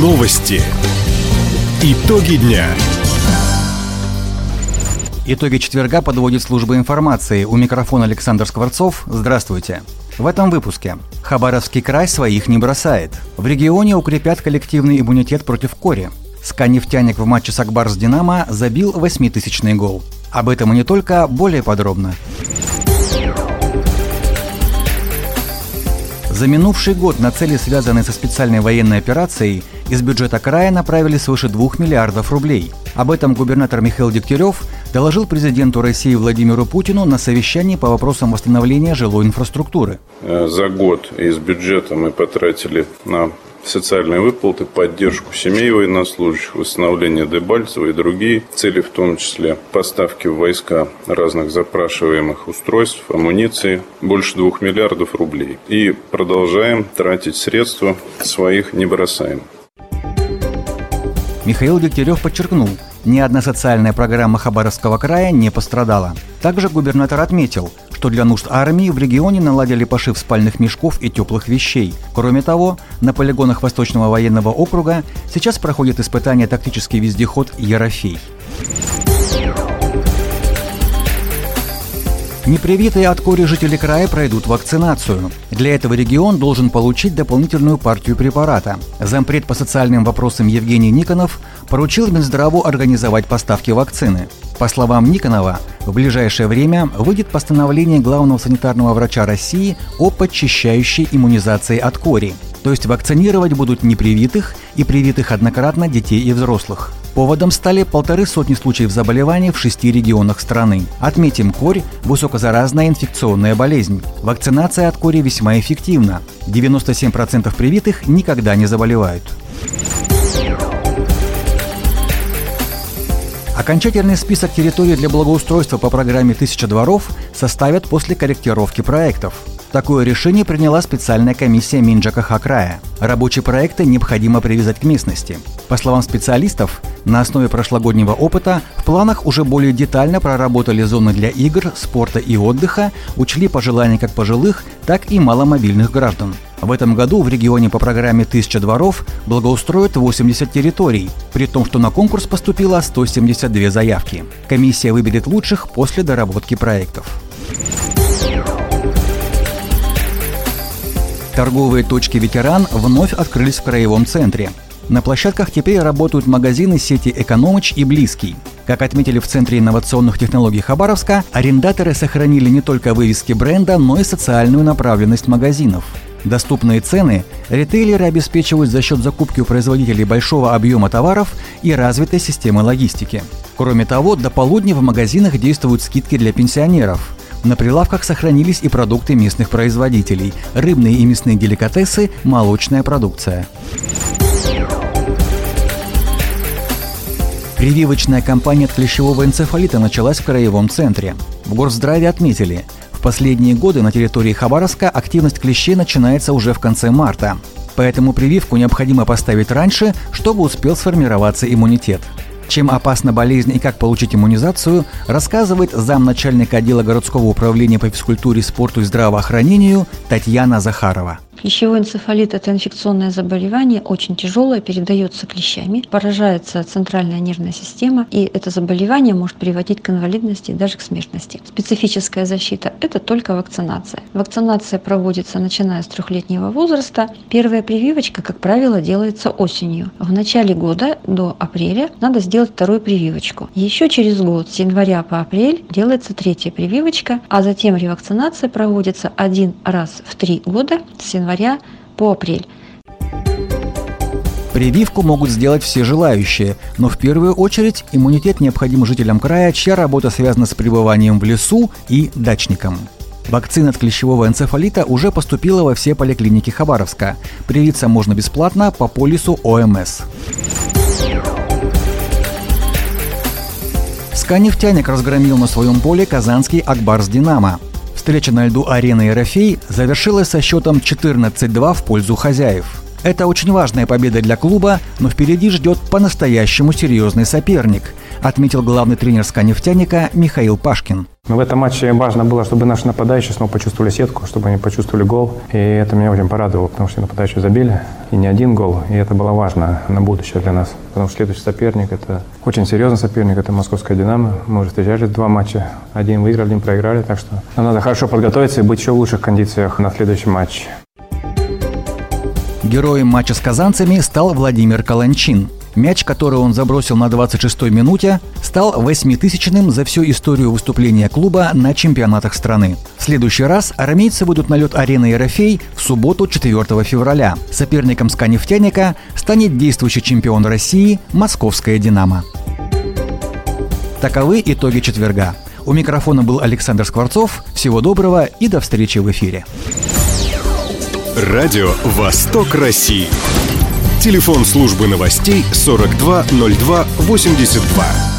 Новости. Итоги дня. Итоги четверга подводит служба информации. У микрофона Александр Скворцов. Здравствуйте. В этом выпуске. Хабаровский край своих не бросает. В регионе укрепят коллективный иммунитет против кори. СКА-нефтяник в матче с Акбарс Динамо забил 8-тысячный гол. Об этом и не только, более подробно. За минувший год на цели, связанные со специальной военной операцией, из бюджета края направили свыше 2 миллиардов рублей. Об этом губернатор Михаил Дегтярев доложил президенту России Владимиру Путину на совещании по вопросам восстановления жилой инфраструктуры. За год из бюджета мы потратили на социальные выплаты, поддержку семей военнослужащих, восстановление Дебальцева и другие цели, в том числе поставки в войска разных запрашиваемых устройств, амуниции, больше 2 миллиардов рублей. И продолжаем тратить средства, своих не бросаем. Михаил Дегтярев подчеркнул, ни одна социальная программа Хабаровского края не пострадала. Также губернатор отметил, что для нужд армии в регионе наладили пошив спальных мешков и теплых вещей. Кроме того, на полигонах Восточного военного округа сейчас проходит испытание тактический вездеход «Ерофей». Непривитые от кори жители края пройдут вакцинацию. Для этого регион должен получить дополнительную партию препарата. Зампред по социальным вопросам Евгений Никонов поручил Минздраву организовать поставки вакцины. По словам Никонова, в ближайшее время выйдет постановление главного санитарного врача России о подчищающей иммунизации от кори. То есть вакцинировать будут непривитых и привитых однократно детей и взрослых. Поводом стали 150 случаев заболеваний в 6 регионах страны. Отметим, корь – высокозаразная инфекционная болезнь. Вакцинация от кори весьма эффективна. 97% привитых никогда не заболевают. Окончательный список территорий для благоустройства по программе «1000 дворов» составят после корректировки проектов. Такое решение приняла специальная комиссия МинЖКХ края. Рабочие проекты необходимо привязать к местности. По словам специалистов, на основе прошлогоднего опыта в планах уже более детально проработали зоны для игр, спорта и отдыха, учли пожелания как пожилых, так и маломобильных граждан. В этом году в регионе по программе «1000 дворов» благоустроят 80 территорий, при том, что на конкурс поступило 172 заявки. Комиссия выберет лучших после доработки проектов. Торговые точки «Ветеран» вновь открылись в краевом центре. На площадках теперь работают магазины сети «Экономыч» и «Близкий». Как отметили в Центре инновационных технологий Хабаровска, арендаторы сохранили не только вывески бренда, но и социальную направленность магазинов. Доступные цены ритейлеры обеспечивают за счет закупки у производителей большого объема товаров и развитой системы логистики. Кроме того, до полудня в магазинах действуют скидки для пенсионеров. На прилавках сохранились и продукты местных производителей – рыбные и мясные деликатесы, молочная продукция. Прививочная кампания от клещевого энцефалита началась в краевом центре. В Горздраве отметили, в последние годы на территории Хабаровска активность клещей начинается уже в конце марта. Поэтому прививку необходимо поставить раньше, чтобы успел сформироваться иммунитет. Чем опасна болезнь и как получить иммунизацию, рассказывает замначальника отдела городского управления по физкультуре, спорту и здравоохранению Татьяна Захарова. Клещевой энцефалит – это инфекционное заболевание, очень тяжелое, передается клещами, поражается центральная нервная система, и это заболевание может приводить к инвалидности и даже к смертности. Специфическая защита – это только вакцинация. Вакцинация проводится начиная с 3-летнего возраста. Первая прививочка, как правило, делается осенью. В начале года, до апреля, надо сделать вторую прививочку. Еще через год, с января по апрель, делается 3-я прививочка, а затем ревакцинация проводится 1 раз в 3 года, с января по апрель. Прививку могут сделать все желающие, но в первую очередь иммунитет необходим жителям края, чья работа связана с пребыванием в лесу и дачникам. Вакцина от клещевого энцефалита уже поступила во все поликлиники Хабаровска. Привиться можно бесплатно по полису ОМС. СКА-нефтяник разгромил на своем поле казанский Акбарс Динамо. Встреча на льду арены «Ерофей» завершилась со счетом 14-2 в пользу хозяев. Это очень важная победа для клуба, но впереди ждет по-настоящему серьезный соперник, отметил главный тренер СКА «Нефтяника» Михаил Пашкин. В этом матче важно было, чтобы наши нападающие снова почувствовали сетку, чтобы они почувствовали гол. И это меня очень порадовало, потому что нападающие забили, и не один гол. И это было важно на будущее для нас. Потому что следующий соперник – это очень серьезный соперник, это московская «Динамо». Мы уже встречались 2 матча. Один выиграли, один проиграли. Так что нам надо хорошо подготовиться и быть еще в лучших кондициях на следующем матче. Героем матча с казанцами стал Владимир Каланчин. Мяч, который он забросил на 26-й минуте, стал 8000-м за всю историю выступления клуба на чемпионатах страны. В следующий раз армейцы выйдут на лед арены «Ерофей» в субботу 4 февраля. Соперником СКА «Нефтяника» станет действующий чемпион России «Московская Динамо». Таковы итоги четверга. У микрофона был Александр Скворцов. Всего доброго и до встречи в эфире. Радио «Восток России». Телефон службы новостей 420282.